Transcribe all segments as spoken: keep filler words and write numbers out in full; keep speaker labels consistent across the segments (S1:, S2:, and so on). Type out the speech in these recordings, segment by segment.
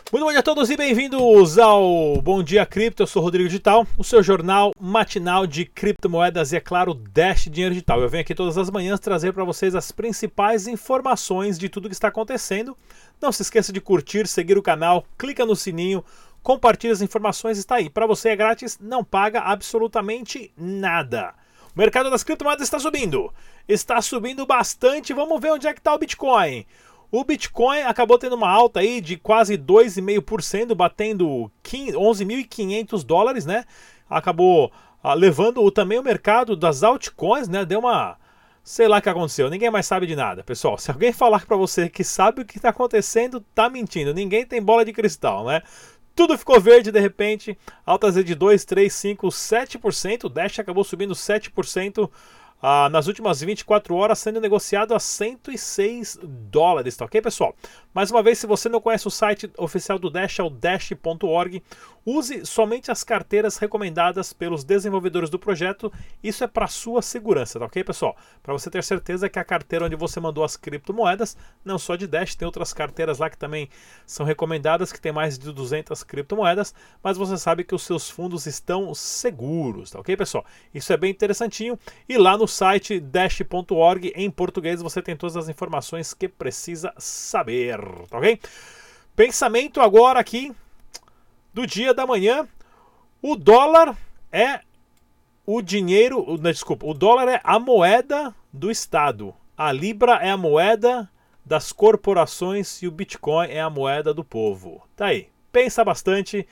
S1: Muito bom dia a todos e bem-vindos ao Bom Dia Cripto. Eu sou o Rodrigo Digital, o seu jornal matinal de criptomoedas e, é claro, Dash Dinheiro Digital. Eu venho aqui todas as manhãs trazer para vocês as principais informações de tudo que está acontecendo. Não se esqueça de curtir, seguir o canal, clica no sininho, compartilha as informações, está aí. Para você é grátis, não paga absolutamente nada. O mercado das criptomoedas está subindo, está subindo bastante. Vamos ver onde é que está o Bitcoin. O Bitcoin acabou tendo uma alta aí de quase dois vírgula cinco por cento, batendo onze mil e quinhentos dólares, né? Acabou ah, levando o, também o mercado das altcoins, né? Deu uma... sei lá o que aconteceu, ninguém mais sabe de nada. Pessoal, se alguém falar para você que sabe o que está acontecendo, tá mentindo. Ninguém tem bola de cristal, né? Tudo ficou verde de repente, altas de dois, três, cinco, sete por cento. O Dash acabou subindo sete por cento. Ah, nas últimas vinte e quatro horas, sendo negociado a cento e seis dólares, tá ok, pessoal? Mais uma vez, se você não conhece o site oficial do Dash, é o dash ponto org. Use somente as carteiras recomendadas pelos desenvolvedores do projeto. Isso é para sua segurança, tá ok, pessoal? Para você ter certeza que a carteira onde você mandou as criptomoedas, não só de Dash, tem outras carteiras lá que também são recomendadas, que tem mais de duzentas criptomoedas, mas você sabe que os seus fundos estão seguros, tá ok, pessoal? Isso é bem interessantinho. E lá no site dash ponto org, em português, você tem todas as informações que precisa saber, tá ok? Pensamento agora aqui do dia da manhã. O dólar é o dinheiro, não, desculpa, o dólar é a moeda do Estado, a Libra é a moeda das corporações e o Bitcoin é a moeda do povo. Tá aí, pensa bastante,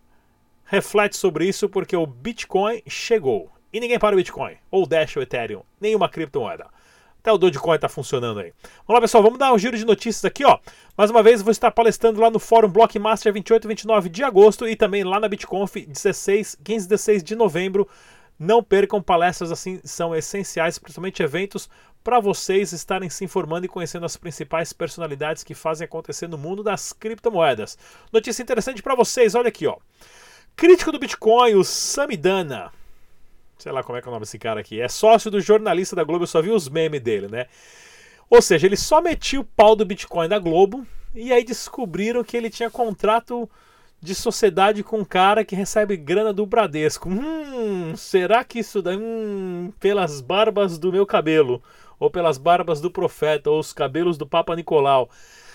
S1: reflete sobre isso, porque o Bitcoin chegou. E ninguém para o Bitcoin, ou Dash ou Ethereum, nenhuma criptomoeda. Até o Dogecoin está funcionando aí. Vamos lá, pessoal, vamos dar um giro de notícias aqui, ó. Mais uma vez, vou estar palestrando lá no Fórum Blockmaster vinte e oito e vinte e nove de agosto e também lá na BitConf dezesseis, quinze e dezesseis de novembro. Não percam, palestras assim, são essenciais, principalmente eventos para vocês estarem se informando e conhecendo as principais personalidades que fazem acontecer no mundo das criptomoedas. Notícia interessante para vocês, olha aqui, ó. Crítico do Bitcoin, o Samidana. Sei lá como é que é o nome desse cara aqui. É sócio do jornalista da Globo, eu só vi os memes dele, né? Ou seja, ele só metia o pau do Bitcoin da Globo e aí descobriram que ele tinha contrato de sociedade com um cara que recebe grana do Bradesco. Hum, será que isso daí... Hum, pelas barbas do meu cabelo, ou pelas barbas do profeta, ou os cabelos do Papa Nicolau.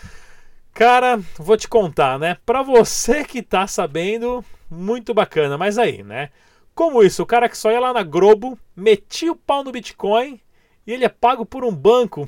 S1: Cara, vou te contar, né? Pra você que tá sabendo, muito bacana, mas aí, né? Como isso? O cara que só ia lá na Globo, metia o pau no Bitcoin e ele é pago por um banco?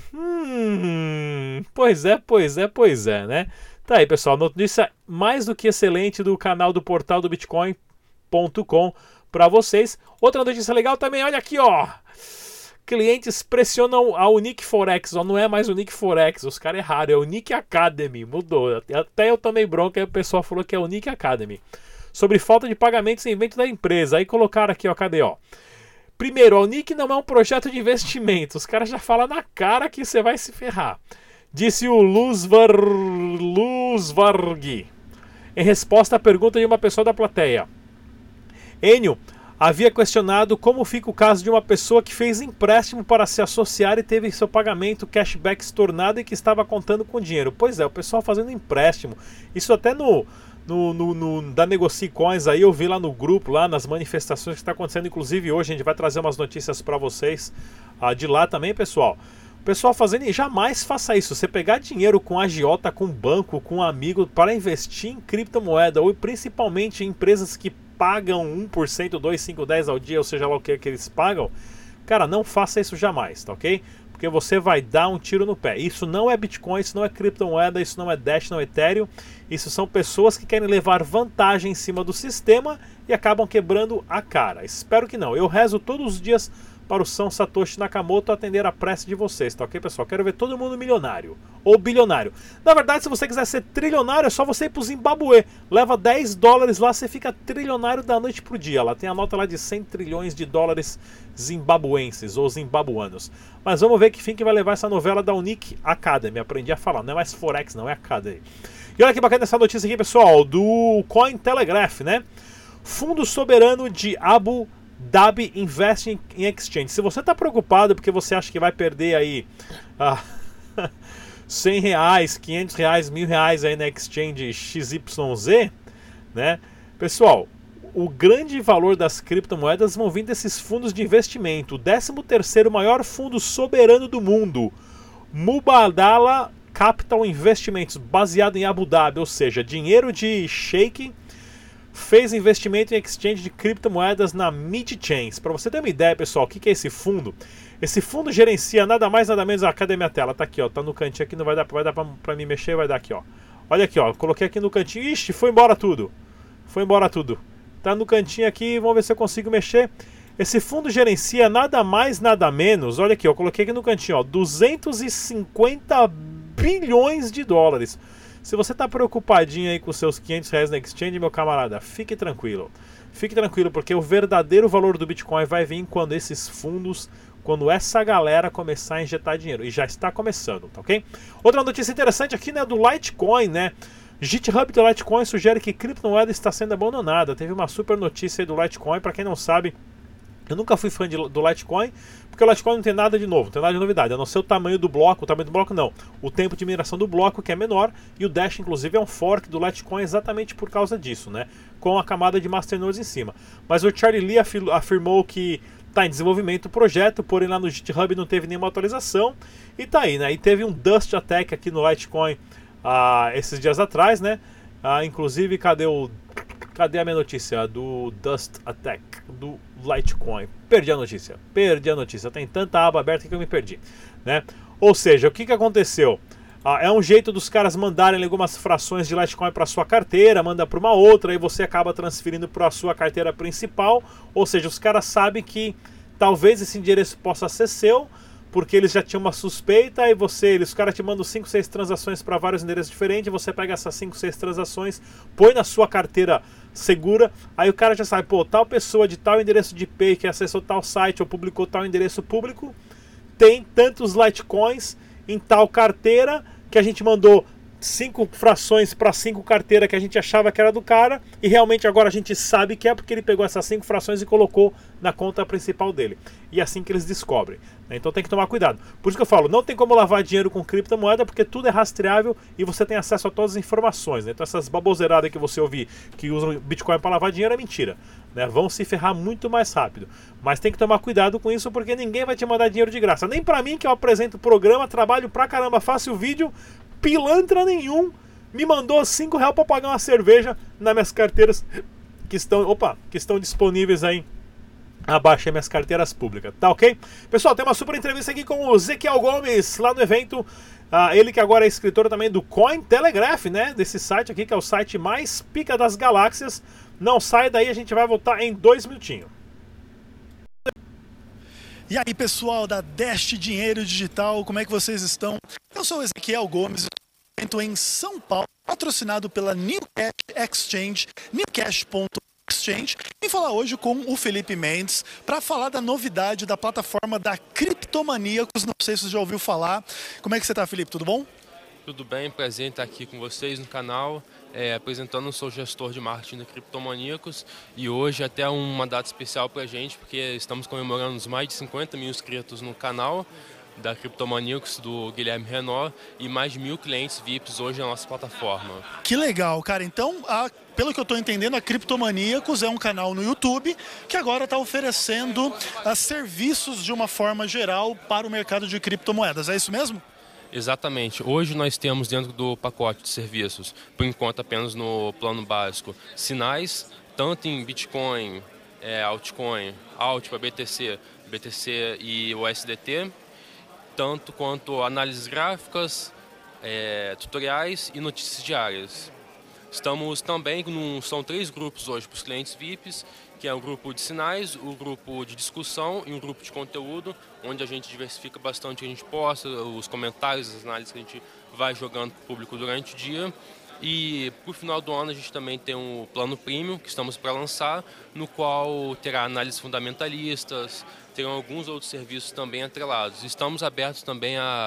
S1: Hum, pois é, pois é, pois é, né? Tá aí, pessoal, notícia mais do que excelente do canal do portal do bitcoin ponto com para vocês. Outra notícia legal também, olha aqui, ó. Clientes pressionam a Unique Forex, ó, não é mais Unique Forex, os caras erraram, é Unique Academy, mudou. Até eu tomei bronca e o pessoal falou que é Unique Academy. Sobre falta de pagamentos em evento da empresa. Aí colocaram aqui, ó, cadê, ó? Primeiro, a Unique não é um projeto de investimento. Os caras já falam na cara que você vai se ferrar. Disse o Luzvar... Luzvarg, em resposta à pergunta de uma pessoa da plateia. Enio havia questionado como fica o caso de uma pessoa que fez empréstimo para se associar e teve seu pagamento cashback estornado e que estava contando com dinheiro. Pois é, o pessoal fazendo empréstimo. Isso até no... No, no, no, da Negocie Coins aí, eu vi lá no grupo, lá nas manifestações que está acontecendo, inclusive hoje a gente vai trazer umas notícias para vocês ah, de lá também, pessoal. O pessoal fazendo, e jamais faça isso, você pegar dinheiro com agiota, com banco, com amigo para investir em criptomoeda, ou principalmente em empresas que pagam um por cento, dois, cinco, dez ao dia, ou seja lá o que, que eles pagam, cara, não faça isso jamais, tá ok? Porque você vai dar um tiro no pé. Isso não é Bitcoin, isso não é criptomoeda, isso não é Dash, não é Ethereum. Isso são pessoas que querem levar vantagem em cima do sistema e acabam quebrando a cara. Espero que não. Eu rezo todos os dias para o São Satoshi Nakamoto atender a prece de vocês, tá ok, pessoal? Quero ver todo mundo milionário ou bilionário. Na verdade, se você quiser ser trilionário, é só você ir pro Zimbabue. Leva dez dólares lá, você fica trilionário da noite pro dia. Lá tem a nota lá de cem trilhões de dólares zimbabuenses ou zimbabuanos. Mas vamos ver que fim que vai levar essa novela da Unique Academy. Aprendi a falar, não é mais Forex, não é Academy. E olha que bacana essa notícia aqui, pessoal, do Cointelegraph, né? Fundo soberano de Abu Dhabi investe em exchange. Se você está preocupado porque você acha que vai perder aí ah, cem reais, quinhentos reais, mil reais aí na exchange X Y Z, né? Pessoal, o grande valor das criptomoedas vão vir desses fundos de investimento. O décimo terceiro maior fundo soberano do mundo, Mubadala Capital Investimentos, baseado em Abu Dhabi, ou seja, dinheiro de sheik, fez investimento em exchange de criptomoedas na Mid-Chains. Para você ter uma ideia, pessoal, o que é esse fundo? Esse fundo gerencia nada mais, nada menos... Ah, cadê minha tela? Tá aqui, ó. Tá no cantinho aqui, não vai dar, vai dar pra, pra me mexer, vai dar aqui, ó. Olha aqui, ó. Coloquei aqui no cantinho. Ixi, foi embora tudo. Foi embora tudo. Tá no cantinho aqui, vamos ver se eu consigo mexer. Esse fundo gerencia nada mais, nada menos... Olha aqui, ó. Coloquei aqui no cantinho, ó. duzentos e cinquenta bilhões de dólares. Se você tá preocupadinho aí com seus quinhentos reais na exchange, meu camarada, fique tranquilo. Fique tranquilo, porque o verdadeiro valor do Bitcoin vai vir quando esses fundos... quando essa galera começar a injetar dinheiro. E já está começando, tá ok? Outra notícia interessante aqui, né, do Litecoin, né? GitHub do Litecoin sugere que criptomoeda está sendo abandonada. Teve uma super notícia aí do Litecoin, para quem não sabe, eu nunca fui fã de, do Litecoin, porque o Litecoin não tem nada de novo, não tem nada de novidade, a não ser o tamanho do bloco, o tamanho do bloco não, o tempo de mineração do bloco, que é menor, e o Dash, inclusive, é um fork do Litecoin exatamente por causa disso, né? Com a camada de masternodes em cima. Mas o Charlie Lee afir, afirmou que está em desenvolvimento o projeto, porém lá no GitHub não teve nenhuma atualização, e tá aí, né? E teve um Dust Attack aqui no Litecoin ah, esses dias atrás, né? Ah, inclusive, cadê o... Cadê a minha notícia do Dust Attack do Litecoin? Perdi a notícia, perdi a notícia. Tem tanta aba aberta que eu me perdi, né? Ou seja, o que, que aconteceu? Ah, é um jeito dos caras mandarem algumas frações de Litecoin para sua carteira, manda para uma outra, e você acaba transferindo para a sua carteira principal. Ou seja, os caras sabem que talvez esse endereço possa ser seu, porque eles já tinham uma suspeita, e você, eles, os caras te mandam cinco, seis transações para vários endereços diferentes, você pega essas cinco, seis transações, põe na sua carteira segura, aí o cara já sabe, pô, tal pessoa de tal endereço de I P que acessou tal site ou publicou tal endereço público, tem tantos Litecoins em tal carteira, que a gente mandou cinco frações para cinco carteiras que a gente achava que era do cara, e realmente agora a gente sabe que é porque ele pegou essas cinco frações e colocou na conta principal dele. E é assim que eles descobrem, né? Então tem que tomar cuidado. Por isso que eu falo, não tem como lavar dinheiro com criptomoeda, porque tudo é rastreável e você tem acesso a todas as informações, né? Então essas baboseiradas que você ouvir que usam Bitcoin para lavar dinheiro é mentira, né? Vão se ferrar muito mais rápido. Mas tem que tomar cuidado com isso, porque ninguém vai te mandar dinheiro de graça. Nem para mim, que eu apresento o programa, trabalho pra caramba, faço o vídeo, pilantra nenhum me mandou cinco reais para pagar uma cerveja nas minhas carteiras que estão, opa, que estão disponíveis aí abaixo, minhas carteiras públicas, tá ok? Pessoal, tem uma super entrevista aqui com o Ezequiel Gomes lá no evento, ah, ele que agora é escritor também do Cointelegraph, né? Desse site aqui, que é o site mais pica das galáxias. Não sai daí, a gente vai voltar em dois minutinhos.
S2: E aí, pessoal da Dash Dinheiro Digital, como é que vocês estão? Eu sou o Ezequiel Gomes, estou em São Paulo, patrocinado pela Newcash Exchange, newcash ponto exchange, e falar hoje com o Felipe Mendes para falar da novidade da plataforma da Criptomaníacos. Não sei se você já ouviu falar. Como é que você está, Felipe? Tudo bom?
S3: Tudo bem, prazer em estar aqui com vocês no canal, é, apresentando, sou gestor de marketing da Criptomaníacos, e hoje até uma data especial para a gente, porque estamos comemorando os mais de cinquenta mil inscritos no canal da Criptomaníacos, do Guilherme Renault, e mais de mil clientes V I Ps hoje na nossa plataforma.
S2: Que legal, cara. Então, a, pelo que eu estou entendendo, a Criptomaníacos é um canal no YouTube que agora está oferecendo a, serviços de uma forma geral para o mercado de criptomoedas. É isso mesmo?
S3: Exatamente. Hoje nós temos dentro do pacote de serviços, por enquanto apenas no plano básico, sinais, tanto em Bitcoin, é, altcoin, alt para B T C, B T C e o U S D T, tanto quanto análises gráficas, é, tutoriais e notícias diárias. Estamos também, num, são três grupos hoje para os clientes V I Ps, que é o grupo de sinais, o grupo de discussão e um grupo de conteúdo, onde a gente diversifica bastante o que a gente posta, os comentários, as análises que a gente vai jogando para o público durante o dia. E para o final do ano a gente também tem um plano premium que estamos para lançar, no qual terá análises fundamentalistas, terão alguns outros serviços também atrelados. Estamos abertos também a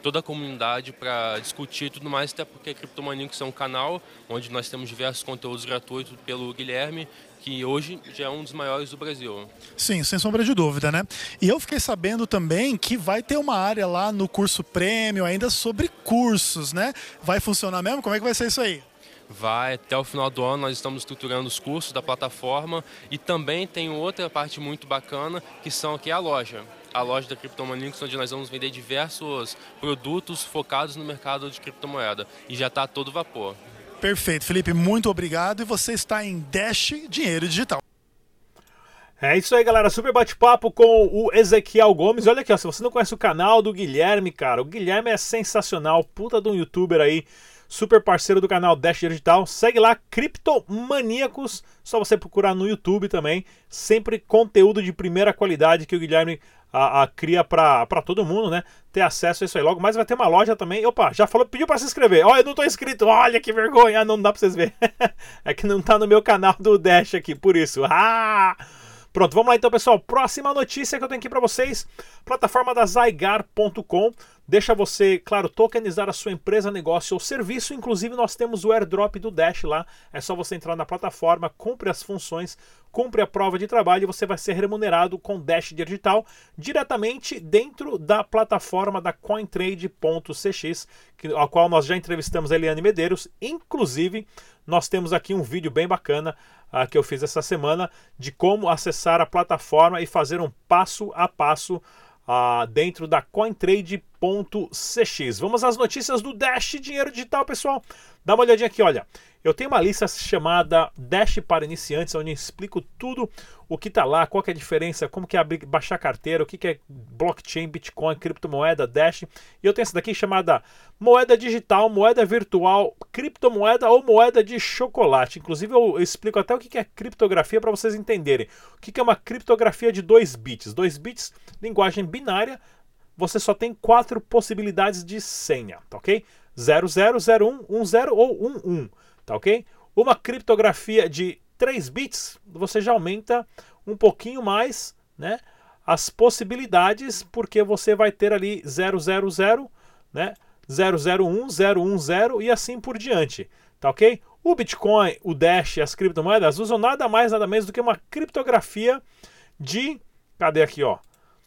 S3: toda a comunidade para discutir e tudo mais, até porque a Cryptomaníacos é um canal onde nós temos diversos conteúdos gratuitos pelo Guilherme, que hoje já é um dos maiores do Brasil.
S2: Sim, sem sombra de dúvida, né? E eu fiquei sabendo também que vai ter uma área lá no curso Premium ainda sobre cursos, né? Vai funcionar mesmo? Como é que vai ser isso aí?
S3: Vai, até o final do ano nós estamos estruturando os cursos da plataforma e também tem outra parte muito bacana que são aqui a loja. A loja da Cryptomaníacos, onde nós vamos vender diversos produtos focados no mercado de criptomoeda. E já está a todo vapor.
S2: Perfeito, Felipe, muito obrigado. E você está em Dash Dinheiro Digital.
S1: É isso aí, galera. Super bate-papo com o Ezequiel Gomes. Olha aqui, ó, se você não conhece o canal do Guilherme, cara, o Guilherme é sensacional. Puta de um youtuber aí. Super parceiro do canal Dash Digital. Segue lá, Cryptomaníacos. Só você procurar no YouTube também. Sempre conteúdo de primeira qualidade que o Guilherme a, a, cria pra, pra todo mundo, né? Ter acesso a isso aí. Logo mais vai ter uma loja também. Opa, já falou, pediu pra se inscrever. Olha, eu não tô inscrito. Olha que vergonha. Ah, não dá pra vocês verem. É que não tá no meu canal do Dash aqui, por isso. Ah! Pronto, vamos lá então, pessoal. Próxima notícia que eu tenho aqui para vocês. Plataforma da Zygar ponto com. Deixa você, claro, tokenizar a sua empresa, negócio ou serviço. Inclusive, nós temos o airdrop do Dash lá. É só você entrar na plataforma, cumpre as funções, cumpre a prova de trabalho e você vai ser remunerado com Dash Digital diretamente dentro da plataforma da Cointrade ponto c x, a qual nós já entrevistamos a Eliane Medeiros. Inclusive, nós temos aqui um vídeo bem bacana uh, que eu fiz essa semana de como acessar a plataforma e fazer um passo a passo Uh, dentro da Cointrade ponto c x. Vamos às notícias do Dash Dinheiro Digital, pessoal. Dá uma olhadinha aqui, olha. Eu tenho uma lista chamada Dash para Iniciantes, onde eu explico tudo o que está lá, qual que é a diferença, como que é abrir, baixar carteira, o que, que é blockchain, Bitcoin, criptomoeda, Dash. E eu tenho essa daqui chamada Moeda Digital, Moeda Virtual, Criptomoeda ou Moeda de Chocolate. Inclusive eu, eu explico até o que, que é criptografia para vocês entenderem. O que, que é uma criptografia de dois bits. dois bits, linguagem binária, você só tem quatro possibilidades de senha, tá ok? zero zero zero um um zero ou um um. Tá ok? Uma criptografia de três bits, você já aumenta um pouquinho mais, né, as possibilidades, porque você vai ter ali zero zero zero, né, zero zero um, zero um zero e assim por diante. Tá ok? O Bitcoin, o Dash e as criptomoedas usam nada mais, nada menos do que uma criptografia de, cadê aqui, ó,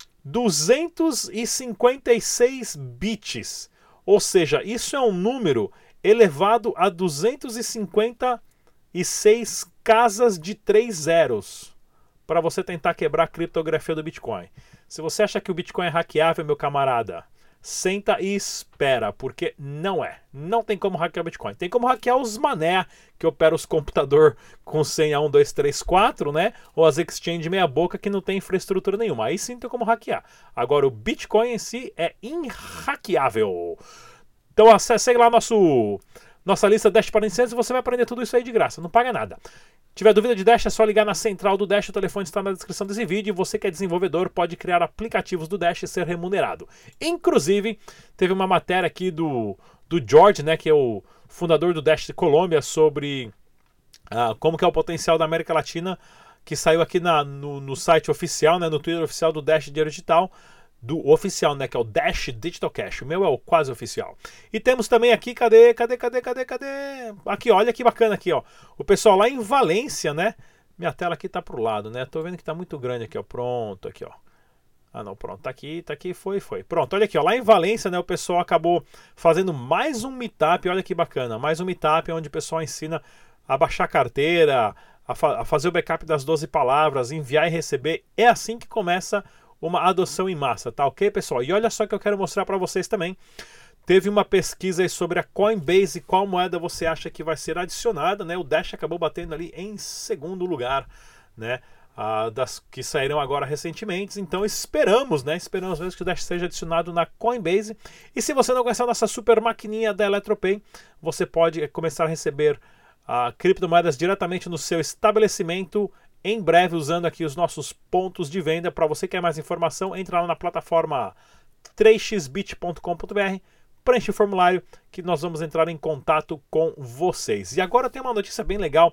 S1: duzentos e cinquenta e seis bits. Ou seja, isso é um número elevado a duzentos e cinquenta e seis casas de três zeros para você tentar quebrar a criptografia do Bitcoin. Se você acha que o Bitcoin é hackeável, meu camarada, senta e espera, porque não é. Não tem como hackear o Bitcoin. Tem como hackear os mané que operam os computadores com senha um, dois, três, quatro, né? Ou as exchange meia boca que não tem infraestrutura nenhuma. Aí sim tem como hackear. Agora o Bitcoin em si é inhackeável. Então acesse lá nosso, nossa lista Dash para Iniciantes e você vai aprender tudo isso aí de graça, não paga nada. Tiver dúvida de Dash, é só ligar na central do Dash, o telefone está na descrição desse vídeo e você que é desenvolvedor pode criar aplicativos do Dash e ser remunerado. Inclusive, teve uma matéria aqui do, do George, né, que é o fundador do Dash de Colômbia, sobre uh, como que é o potencial da América Latina, que saiu aqui na, no, no site oficial, né, no Twitter oficial do Dash Dinheiro Digital, do oficial, né, que é o Dash Digital Cash. O meu é o quase oficial. E temos também aqui, cadê, cadê, cadê, cadê, cadê? Aqui, olha que bacana aqui, ó. O pessoal lá em Valência, né? Minha tela aqui tá pro lado, né? Tô vendo que tá muito grande aqui, ó. Pronto, aqui, ó. Ah, não, pronto. Tá aqui, tá aqui, foi, foi. Pronto, olha aqui, ó. Lá em Valência, né, o pessoal acabou fazendo mais um meetup. Olha que bacana. Mais um meetup onde o pessoal ensina a baixar carteira, a, fa a fazer o backup das doze palavras, enviar e receber. É assim que começa uma adoção em massa, tá ok, pessoal? E olha só que eu quero mostrar para vocês também. Teve uma pesquisa aí sobre a Coinbase, qual moeda você acha que vai ser adicionada, né? O Dash acabou batendo ali em segundo lugar, né? Ah, das que saíram agora recentemente. Então esperamos, né? Esperamos mesmo que o Dash seja adicionado na Coinbase. E se você não conhece a nossa super maquininha da Eletropay, você pode começar a receber ah, criptomoedas diretamente no seu estabelecimento em breve, usando aqui os nossos pontos de venda. Para você que quer mais informação, entra lá na plataforma três x bit ponto com ponto b r, preenche o formulário que nós vamos entrar em contato com vocês. E agora tem uma notícia bem legal.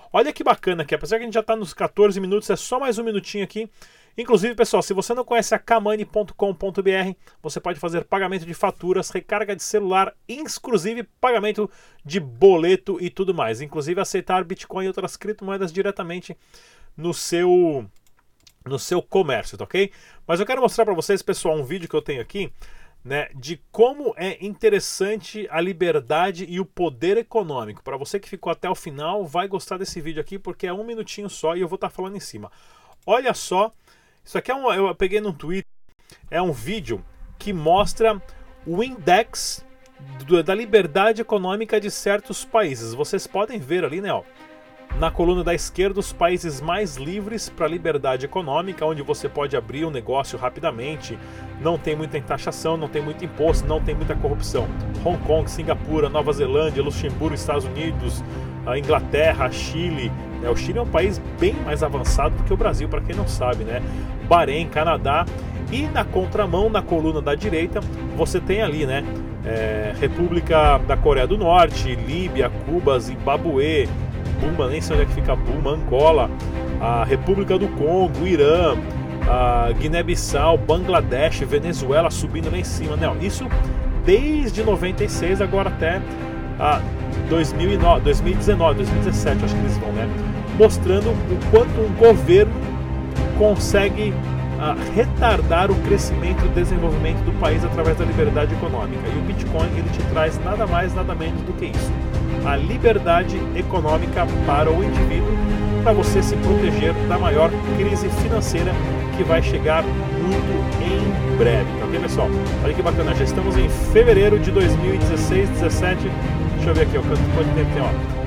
S1: Olha que bacana aqui, apesar que a gente já está nos quatorze minutos, é só mais um minutinho aqui. Inclusive, pessoal, se você não conhece a kamani ponto com ponto br, você pode fazer pagamento de faturas, recarga de celular, inclusive pagamento de boleto e tudo mais. Inclusive aceitar Bitcoin e outras criptomoedas diretamente no seu, no seu comércio, tá ok? Mas eu quero mostrar para vocês, pessoal, um vídeo que eu tenho aqui, né, de como é interessante a liberdade e o poder econômico. Para você que ficou até o final, vai gostar desse vídeo aqui, porque é um minutinho só e eu vou estar falando em cima. Olha só. Isso aqui é um, eu peguei no Twitter, é um vídeo que mostra o index do, da liberdade econômica de certos países. Vocês podem ver ali, né, ó, na coluna da esquerda, os países mais livres para liberdade econômica, onde você pode abrir um negócio rapidamente, não tem muita taxação, não tem muito imposto, não tem muita corrupção. Hong Kong, Singapura, Nova Zelândia, Luxemburgo, Estados Unidos, a Inglaterra, Chile. É, o Chile é um país bem mais avançado do que o Brasil, para quem não sabe, né? Bahrein, Canadá. E na contramão, na coluna da direita, você tem ali, né? É, República da Coreia do Norte, Líbia, Cuba, Zimbabue, Buma, nem sei onde é que fica Buma, Angola, a República do Congo, Irã, a Guiné-Bissau, Bangladesh, Venezuela subindo lá em cima, né? Isso desde noventa e seis agora até a dois mil e nove, dois mil e dezenove, dois mil e dezessete, acho que eles vão, né? Mostrando o quanto um governo consegue uh, retardar o crescimento e o desenvolvimento do país através da liberdade econômica. E o Bitcoin, ele te traz nada mais, nada menos do que isso. A liberdade econômica para o indivíduo, para você se proteger da maior crise financeira que vai chegar muito em breve. Tá ok, pessoal? Olha que bacana, já estamos em fevereiro de dois mil e dezesseis, dezessete. Deixa eu ver aqui, ó, quanto tempo tem, ó.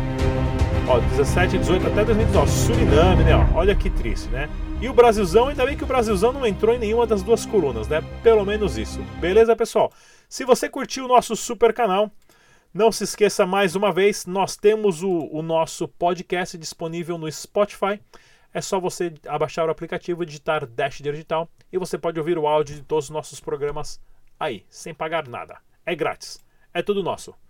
S1: Ó, dezessete, dezoito até dois mil e dezenove. Suriname, né? Ó, olha que triste, né? E o Brasilzão, ainda bem que o Brasilzão não entrou em nenhuma das duas colunas, né? Pelo menos isso. Beleza, pessoal? Se você curtiu o nosso super canal, não se esqueça mais uma vez, nós temos o, o nosso podcast disponível no Spotify. É só você abaixar o aplicativo e digitar Dash Dinheiro Digital e você pode ouvir o áudio de todos os nossos programas aí, sem pagar nada. É grátis. É tudo nosso.